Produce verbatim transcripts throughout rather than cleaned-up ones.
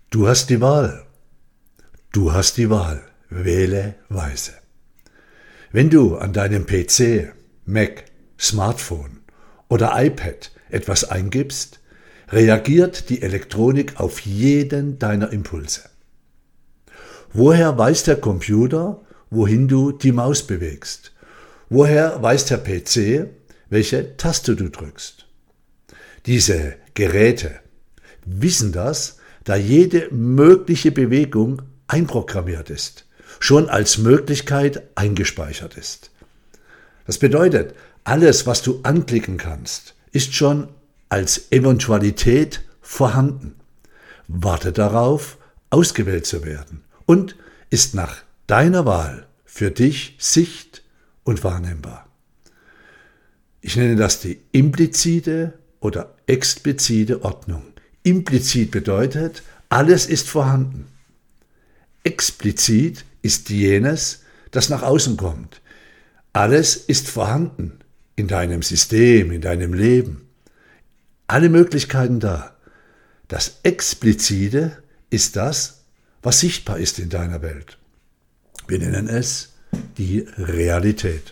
Du hast die Wahl. Du hast die Wahl. Wähle weise. Wenn du an deinem P C, Mac, Smartphone oder iPad etwas eingibst, reagiert die Elektronik auf jeden deiner Impulse. Woher weiß der Computer, wohin du die Maus bewegst? Woher weiß der P C, welche Taste du drückst? Diese Geräte wissen das, da jede mögliche Bewegung einprogrammiert ist, schon als Möglichkeit eingespeichert ist. Das bedeutet, alles, was du anklicken kannst, ist schon als Eventualität vorhanden, wartet darauf, ausgewählt zu werden und ist nach deiner Wahl für dich sicht- und wahrnehmbar. Ich nenne das die implizite oder explizite Ordnung. Implizit bedeutet, alles ist vorhanden. Explizit ist jenes, das nach außen kommt. Alles ist vorhanden in deinem System, in deinem Leben. Alle Möglichkeiten da. Das Explizite ist das, was sichtbar ist in deiner Welt. Wir nennen es die Realität.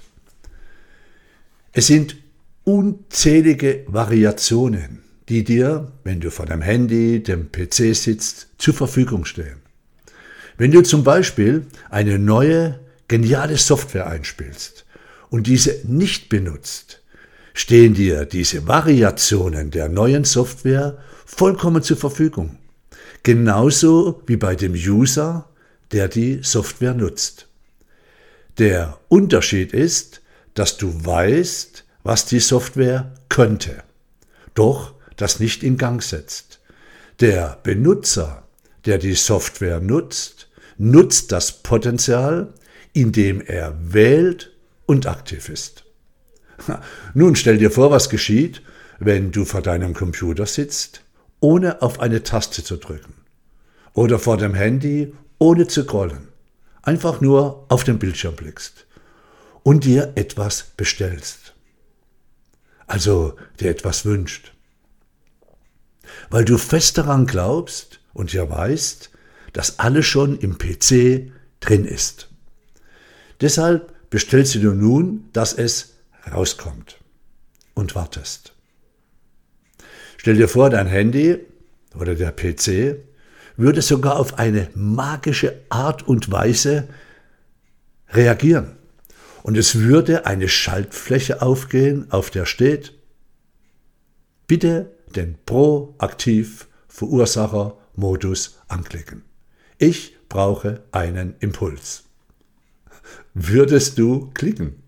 Es sind unzählige Variationen, die dir, wenn du vor dem Handy, dem P C sitzt, zur Verfügung stehen. Wenn du zum Beispiel eine neue, geniale Software einspielst und diese nicht benutzt, stehen dir diese Variationen der neuen Software vollkommen zur Verfügung. Genauso wie bei dem User, der die Software nutzt. Der Unterschied ist, dass du weißt, was die Software könnte, doch das nicht in Gang setzt. Der Benutzer, der die Software nutzt, nutzt das Potenzial, indem er wählt und aktiv ist. Nun stell dir vor, was geschieht, wenn du vor deinem Computer sitzt, ohne auf eine Taste zu drücken. Oder vor dem Handy, ohne zu scrollen. Einfach nur auf den Bildschirm blickst und dir etwas bestellst. Also dir etwas wünscht. Weil du fest daran glaubst und ja weißt, dass alles schon im P C drin ist. Deshalb bestellst du nun, dass es rauskommt und wartest. Stell dir vor, dein Handy oder der P C würde sogar auf eine magische Art und Weise reagieren. Und es würde eine Schaltfläche aufgehen, auf der steht: Bitte den Proaktiv-Verursacher-Modus anklicken. Ich brauche einen Impuls. Würdest du klicken?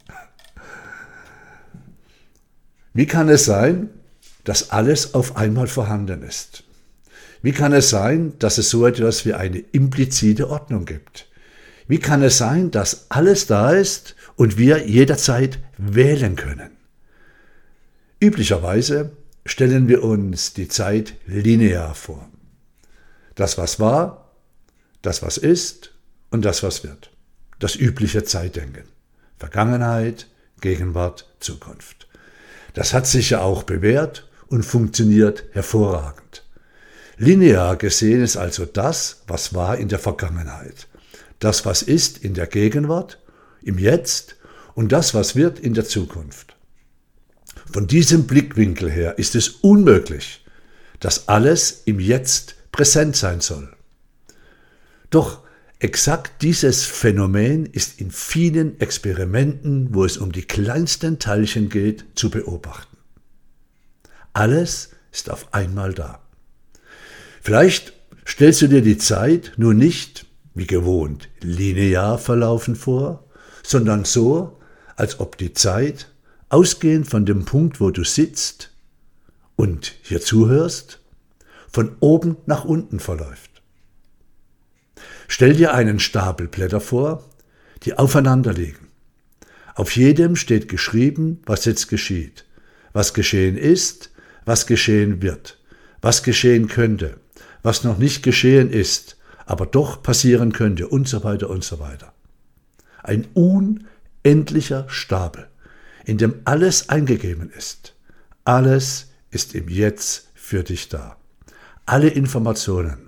Wie kann es sein, dass alles auf einmal vorhanden ist? Wie kann es sein, dass es so etwas wie eine implizite Ordnung gibt? Wie kann es sein, dass alles da ist und wir jederzeit wählen können? Üblicherweise stellen wir uns die Zeit linear vor. Das, was war, das, was ist und das, was wird. Das übliche Zeitdenken. Vergangenheit, Gegenwart, Zukunft. Das hat sich ja auch bewährt und funktioniert hervorragend. Linear gesehen ist also das, was war in der Vergangenheit, das, was ist in der Gegenwart, im Jetzt und das, was wird in der Zukunft. Von diesem Blickwinkel her ist es unmöglich, dass alles im Jetzt präsent sein soll. Doch exakt dieses Phänomen ist in vielen Experimenten, wo es um die kleinsten Teilchen geht, zu beobachten. Alles ist auf einmal da. Vielleicht stellst du dir die Zeit nur nicht, wie gewohnt, linear verlaufen vor, sondern so, als ob die Zeit, ausgehend von dem Punkt, wo du sitzt und hier zuhörst, von oben nach unten verläuft. Stell dir einen Stapel Blätter vor, die aufeinander liegen. Auf jedem steht geschrieben, was jetzt geschieht, was geschehen ist, was geschehen wird, was geschehen könnte, was noch nicht geschehen ist, aber doch passieren könnte und so weiter und so weiter. Ein unendlicher Stapel, in dem alles eingegeben ist. Alles ist im Jetzt für dich da. Alle Informationen,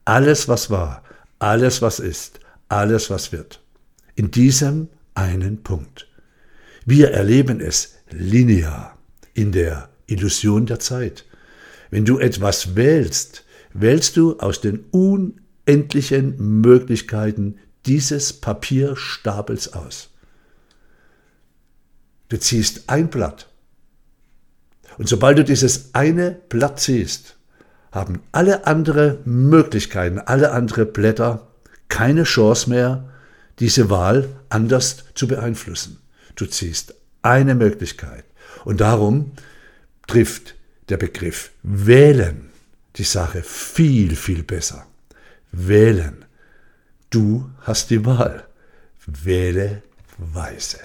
alles, was war, alles, was ist, alles, was wird. In diesem einen Punkt. Wir erleben es linear, in der Illusion der Zeit. Wenn du etwas wählst, wählst du aus den unendlichen Möglichkeiten dieses Papierstapels aus. Du ziehst ein Blatt. Und sobald du dieses eine Blatt ziehst, haben alle anderen Möglichkeiten, alle anderen Blätter keine Chance mehr, diese Wahl anders zu beeinflussen. Du ziehst eine Möglichkeit. Und darum trifft der Begriff wählen die Sache viel, viel besser. Wählen. Du hast die Wahl. Wähle weise.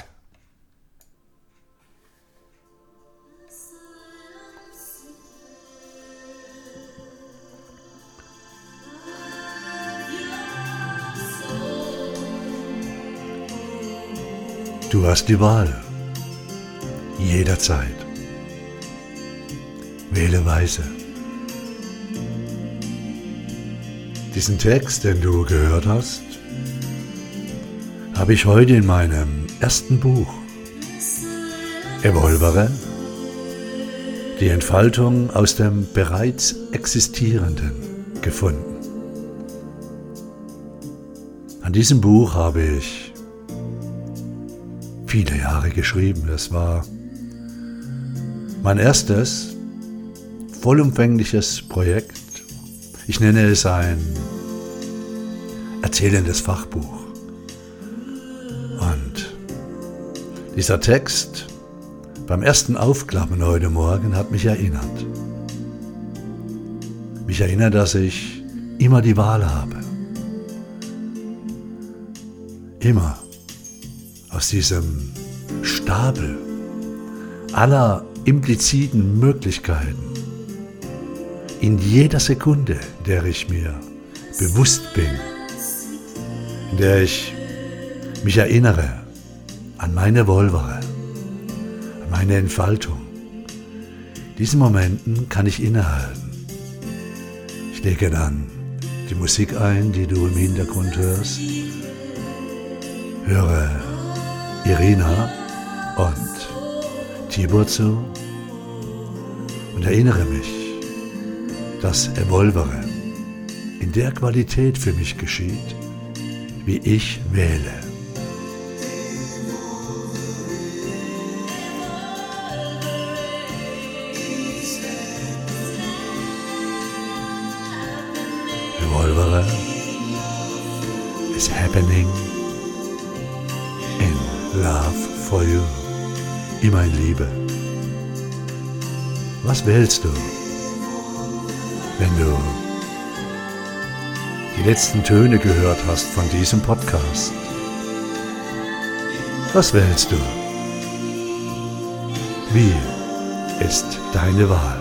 Du hast die Wahl. Jederzeit. Wähle weise. Diesen Text, den du gehört hast, habe ich heute in meinem ersten Buch, Evolvere, die Entfaltung aus dem bereits Existierenden, gefunden. An diesem Buch habe ich viele Jahre geschrieben. Das war mein erstes vollumfängliches Projekt. Ich nenne es ein erzählendes Fachbuch. Und dieser Text beim ersten Aufklappen heute Morgen hat mich erinnert. Mich erinnert, dass ich immer die Wahl habe. Immer aus diesem Stapel aller impliziten Möglichkeiten, in jeder Sekunde, in der ich mir bewusst bin, in der ich mich erinnere an meine Evolvere, an meine Entfaltung. In diesen Momenten kann ich innehalten. Ich lege dann die Musik ein, die du im Hintergrund hörst, höre Irina und Tibor zu und erinnere mich, dass Evolvere in der Qualität für mich geschieht, wie ich wähle. Evolvere is happening in love for you. Immer in Liebe. Was wählst du, wenn du die letzten Töne gehört hast von diesem Podcast? Was wählst du? Wie ist deine Wahl?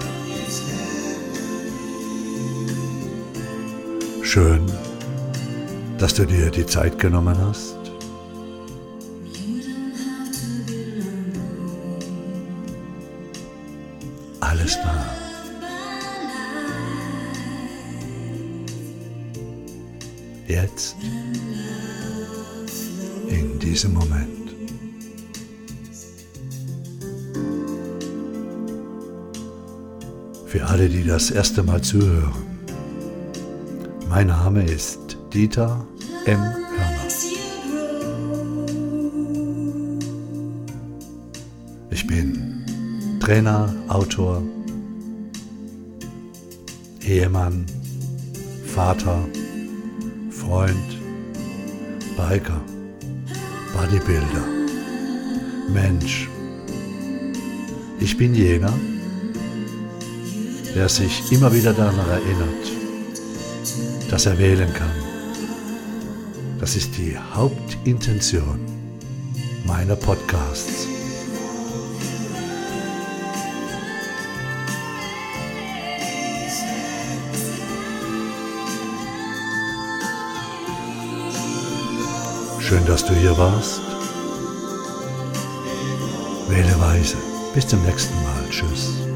Schön, dass du dir die Zeit genommen hast. Alles da. Jetzt, in diesem Moment. Für alle, die das erste Mal zuhören, mein Name ist Dieter M. Hörner. Ich bin Trainer, Autor, Ehemann, Vater, Freund, Biker, Bodybuilder, Mensch. Ich bin jener, der sich immer wieder daran erinnert, dass er wählen kann. Das ist die Hauptintention meiner Podcasts. Schön, dass du hier warst. Wähle weise. Bis zum nächsten Mal. Tschüss.